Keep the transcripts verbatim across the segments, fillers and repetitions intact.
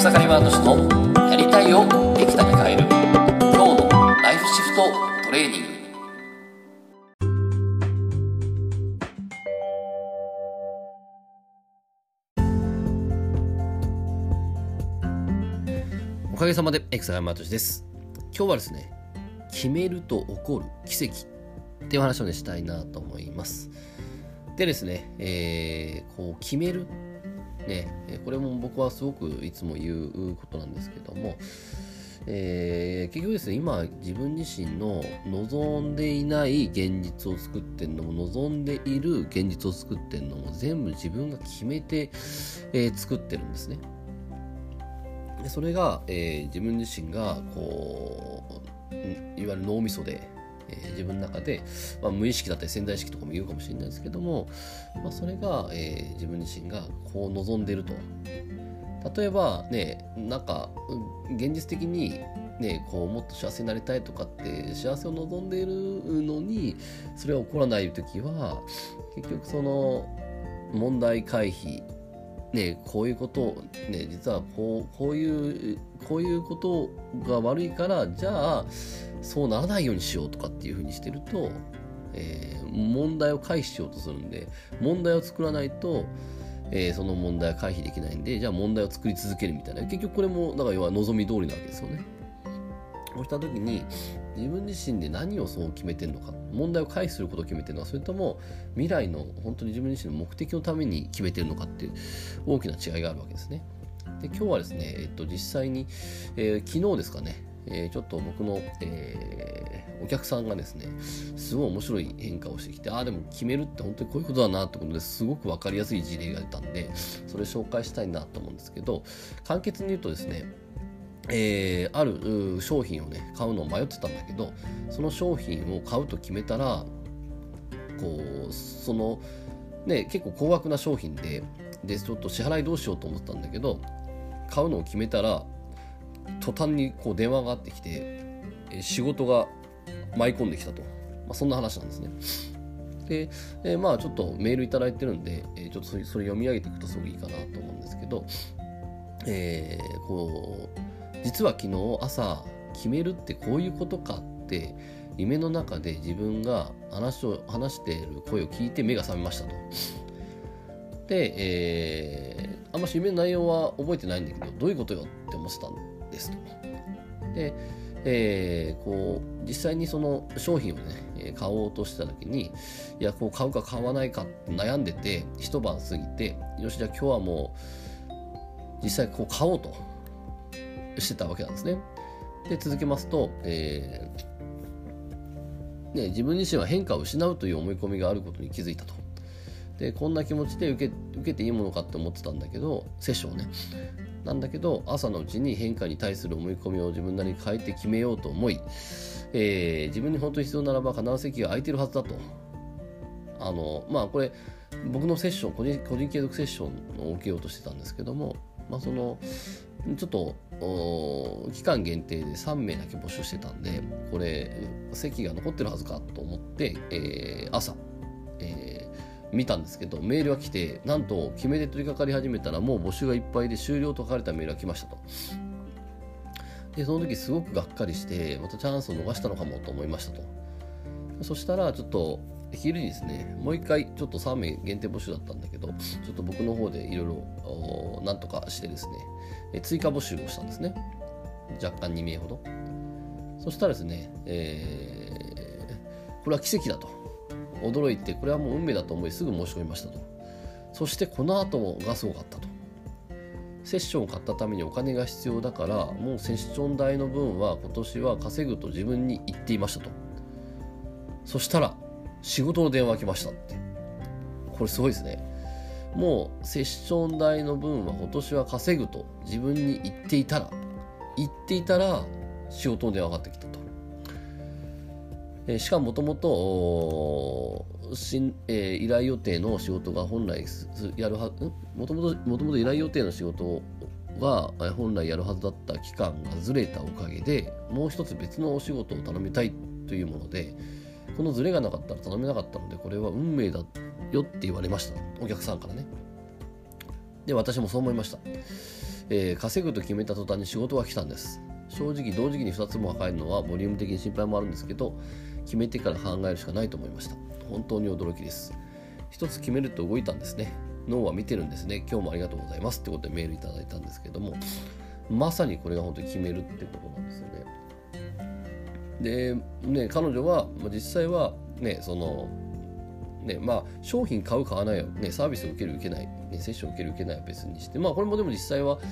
草刈ワード氏のやりたいをできたに変える今日のライフシフトトレーニング。おかげさまで草刈ワード氏です。今日はですね、決めると起こる奇跡っていう話をねしたいなと思います。でですね、えー、こう決めるね、これも僕はすごくいつも言うことなんですけども、えー、結局ですね、今自分自身の望んでいない現実を作ってんのも望んでいる現実を作ってんのも全部自分が決めて、えー、作ってるんですね。でそれが、えー、自分自身がこういわゆる脳みそでえー、自分の中で、まあ、無意識だったり潜在意識とかも言うかもしれないですけども、まあ、それが、えー、自分自身がこう望んでいると。例えばね、なんか現実的にね、こうもっと幸せになりたいとかって幸せを望んでいるのにそれが起こらないときは結局その問題回避ね、こういうことをね、実はこう、こういうこういうことが悪いからじゃあそうならないようにしようとかっていうふうにしてると、えー、問題を回避しようとするんで、問題を作らないと、えー、その問題は回避できないんで、じゃあ問題を作り続けるみたいな、結局これもだから要は望み通りなわけですよね。そうした時に自分自身で何をそう決めてるのか、問題を回避することを決めてるのか、それとも未来の本当に自分自身の目的のために決めてるのかっていう大きな違いがあるわけですね。で今日はですね、えっと、実際に、えー、昨日ですかね、えー、ちょっと僕の、えー、お客さんがですねすごい面白い変化をしてきて、ああでも決めるって本当にこういうことだなってことですごく分かりやすい事例が出たんで、それ紹介したいなと思うんですけど、簡潔に言うとですね、えー、ある商品をね買うのを迷ってたんだけど、その商品を買うと決めたらこうそのね結構高額な商品ででちょっと支払いどうしようと思ったんだけど、買うのを決めたら途端にこう電話があってきて、えー、仕事が舞い込んできたと、まあ、そんな話なんですね。で、えー、まあちょっとメールいただいてるんで、えー、ちょっとそれ、それ読み上げていくとすごくいいかなと思うんですけど、えー、こう実は昨日朝決めるってこういうことかって夢の中で自分が話を話している声を聞いて目が覚めましたと。で、えー、あんまし夢の内容は覚えてないんだけど、どういうことよって思ってたんですと。で、えー、こう実際にその商品をね買おうとした時に、いやこう買うか買わないかって悩んでて一晩過ぎて、よしじゃあ今日はもう実際こう買おうとしてたわけなんですね。で続けますと、えーね、自分自身は変化を失うという思い込みがあることに気づいたと。でこんな気持ちで受け、受けていいものかって思ってたんだけど、セッションねなんだけど、朝のうちに変化に対する思い込みを自分なりに変えて決めようと思い、えー、自分に本当に必要ならば必ず席が空いてるはずだと。あのまあこれ僕のセッション個人、個人継続セッションを受けようとしてたんですけども、まあそのちょっと期間限定でさんめいだけ募集してたんで、これ席が残ってるはずかと思って、えー、朝、えー、見たんですけど、メールが来て、なんと決めで取り掛かり始めたらもう募集がいっぱいで終了と書かれたメールが来ましたと。でその時すごくがっかりして、またチャンスを逃したのかもと思いましたと。そしたらちょっと昼にですね、もう一回ちょっとさんめい限定募集だったんだけど、ちょっと僕の方でいろいろなんとかしてですね、追加募集をしたんですね。若干にめいほど。そしたらですね、えー、これは奇跡だと驚いて、これはもう運命だと思いすぐ申し込みましたと。そしてこの後がすごかったと。セッションを買ったためにお金が必要だから、もうセッション代の分は今年は稼ぐと自分に言っていましたと。そしたら仕事の電話が来ましたって。これすごいですね。もうセッション代の分は今年は稼ぐと自分に言っていたら言っていたら仕事の電話がかかってきたと。えー、しかももともと依頼予定の仕事が本来やるはずもともともともと依頼予定の仕事が本来やるはずだった期間がずれたおかげで、もう一つ別のお仕事を頼みたいというもので、このズレがなかったら頼めなかったので、これは運命だよって言われました、お客さんからね。で私もそう思いました。 えー、稼ぐと決めた途端に仕事が来たんです。正直同時期にふたつも抱えるのはボリューム的に心配もあるんですけど、決めてから考えるしかないと思いました。本当に驚きです。一つ決めると動いたんですね。脳は見てるんですね。今日もありがとうございますってことでメールいただいたんですけども、まさにこれが本当に決めるってことなんですよね。で、ね、彼女は実際はね、そのね、まあ商品買う買わないよ、ね、サービスを受ける受けない、ね、セッションを受ける受けないは別にして、まあこれもでも実際は、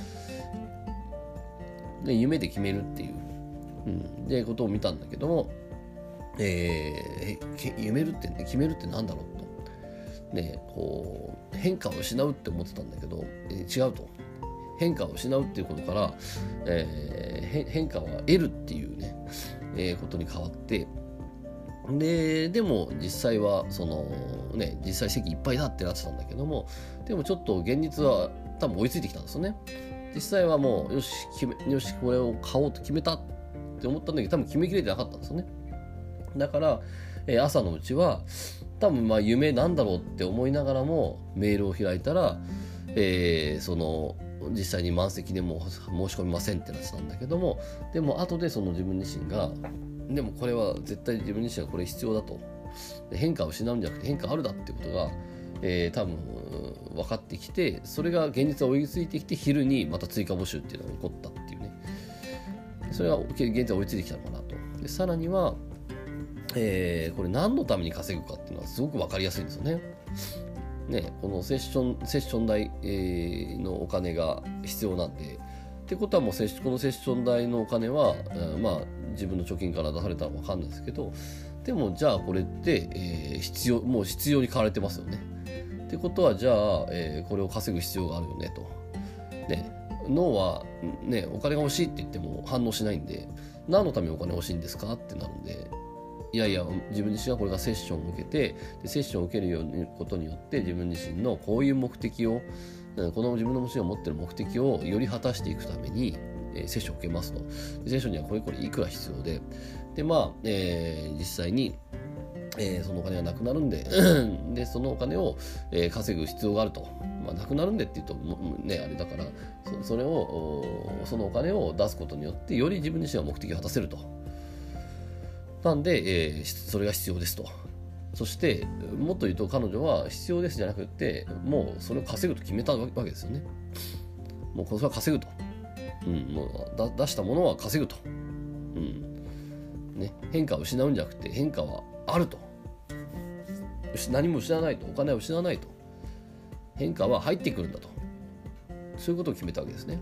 ね、夢で決めるっていう、うん、でことを見たんだけども、えー、夢るって、ね、決めるってなんだろうと、ね、こう変化を失うって思ってたんだけど、えー、違うと。変化を失うっていうことから、えー、変化は得るっていうね、えー、ことに変わって、ででも実際はそのね実際席いっぱいだってなってたんだけども、でもちょっと現実は多分追いついてきたんですよね。実際はもうよし決めよしこれを買おうと決めたって思ったんだけど、多分決めきれてなかったんですよね。だから、えー、朝のうちは多分まあ夢なんだろうって思いながらもメールを開いたら、えー、その実際に満席でも申し込みませんってなってたんだけども、でも後でその自分自身がでもこれは絶対自分自身はこれ必要だと、変化を失うんじゃなくて変化あるだってことが、えー、多分分かってきて、それが現実は追いついてきて、昼にまた追加募集っていうのが起こったっていうね、それが現実は追いついてきたのかなと。でさらには、えー、これ何のために稼ぐかっていうのはすごく分かりやすいんですよね。ね、このセッションセッション代、えー、のお金が必要なんで、ってことはもうセッこのセッション代のお金は、うん、まあ自分の貯金から出されたら分かんないですけど、でもじゃあこれって、えー、必要もう必要に買われてますよね。ってことはじゃあ、えー、これを稼ぐ必要があるよねと。ね、脳は、ね、お金が欲しいって言っても反応しないんで、何のためにお金欲しいんですかってなるんで、いやいや自分自身はこれがセッションを受けて、でセッションを受けるようにことによって自分自身のこういう目的を、この自分の自身が持っている目的をより果たしていくために、えー、セッションを受けますと。セッションにはこれこれいくら必要で、でまあ、えー、実際に、えー、そのお金がなくなるんででそのお金を、えー、稼ぐ必要があると。まあ、なくなるんでって言うとねあれだから、そ, それをそのお金を出すことによってより自分自身が目的を果たせると。なんで、えー、それが必要ですと。そしてもっと言うと彼女は必要ですじゃなくて、もうそれを稼ぐと決めたわけですよね。もうこれは稼ぐと、うん、もうだ出したものは稼ぐと、うんね、変化を失うんじゃなくて変化はあると。何も失わないと、お金は失わないと、変化は入ってくるんだと、そういうことを決めたわけですね。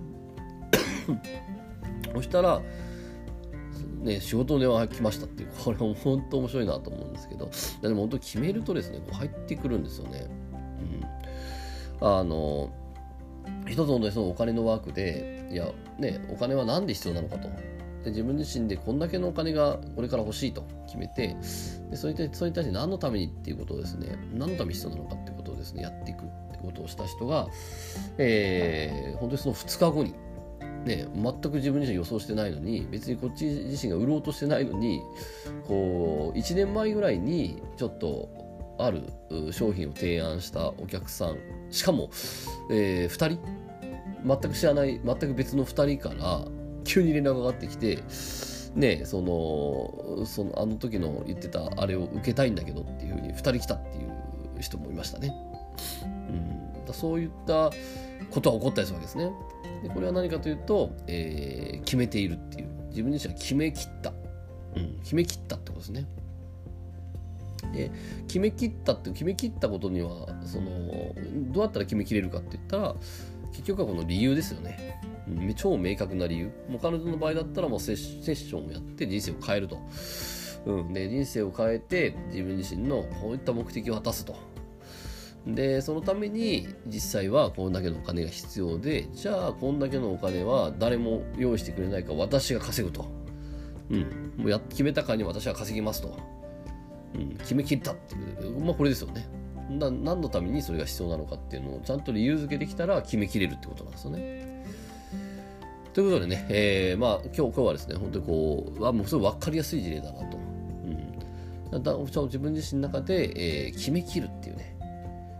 そしたらね、仕事の電話が来ましたっていう、これも本当面白いなと思うんですけど、でも本当決めるとですね、こう入ってくるんですよね。うん、あの一つのそのお金のワークで、いやね、お金は何で必要なのかと。で自分自身でこんだけのお金がこれから欲しいと決めて、でそれにそれに対して何のためにっていうことをですね、何のために必要なのかっていうことをですねやっていくってことをした人が、えー、本当にそのふつかごにね、全く自分自身予想してないのに、別にこっち自身が売ろうとしてないのに、こういちねんまえぐらいにちょっとある商品を提案したお客さん、しかも、えー、ふたり全く知らない全く別のふたりから急に連絡がかかってきて、ね、そのそのあの時の言ってたあれを受けたいんだけどっていうふうにふたり来たっていう人もいましたね。うん、だそういったことは起こったりするわけですね。でこれは何かというと、えー、決めているっていう、自分自身は決めきった、うん、決めきったってことですね。で決めきったって決めきったことにはそのどうやったら決めきれるかって言ったら、結局はこの理由ですよね。うん、超明確な理由。もう彼女の場合だったらもうセッションをやって人生を変えると、うん、で人生を変えて自分自身のこういった目的を果たすと。でそのために実際はこんだけのお金が必要で、じゃあこんだけのお金は誰も用意してくれないから私が稼ぐと、うん、もうや決めたからに私は稼ぎますと、うん、決めきったっていう、まあこれですよね。な何のためにそれが必要なのかっていうのをちゃんと理由付けできたら決めきれるってことなんですよね。ということでね、えー、まあ今日今日はですね、本当にこうあもうすごい分かりやすい事例だなと、うん、だ自分自身の中で、えー、決めきるっていうね、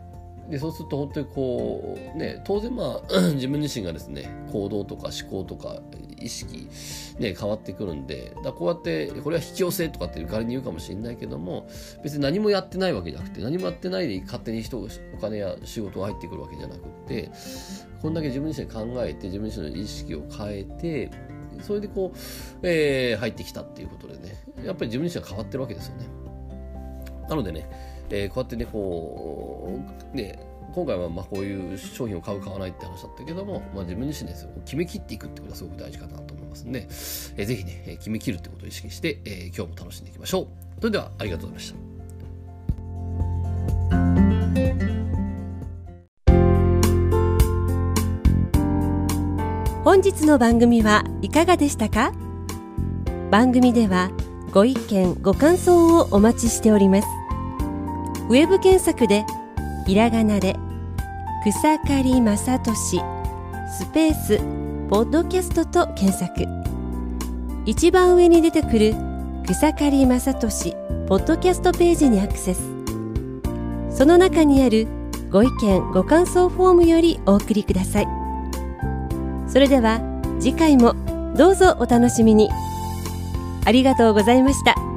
でそうすると本当にこうね、当然まあ自分自身がですね、行動とか思考とか意識ね変わってくるんで、だからこうやってこれは引き寄せとかって仮に言うかもしれないけども、別に何もやってないわけじゃなくて、何もやってないで勝手に人お金や仕事が入ってくるわけじゃなくて、こんだけ自分自身で考えて自分自身の意識を変えて、それでこう、えー、入ってきたっていうことでね、やっぱり自分自身は変わってるわけですよね。なのでね、えー、こうやってね、こう、ね、今回はまあこういう商品を買う買わないって話だったけども、まあ、自分自身ですよ、決め切っていくってことはすごく大事かなと思いますので、えー、ぜひね、決め切るってことを意識して、えー、今日も楽しんでいきましょう。それではありがとうございました。 本日の番組はいかがでしたか？番組ではご意見ご感想をお待ちしております。ウェブ検索でひらがなで草刈正俊スペースポッドキャストと検索、一番上に出てくる草刈正俊ポッドキャストページにアクセス。その中にあるご意見ご感想フォームよりお送りください。それでは次回もどうぞお楽しみに。ありがとうございました。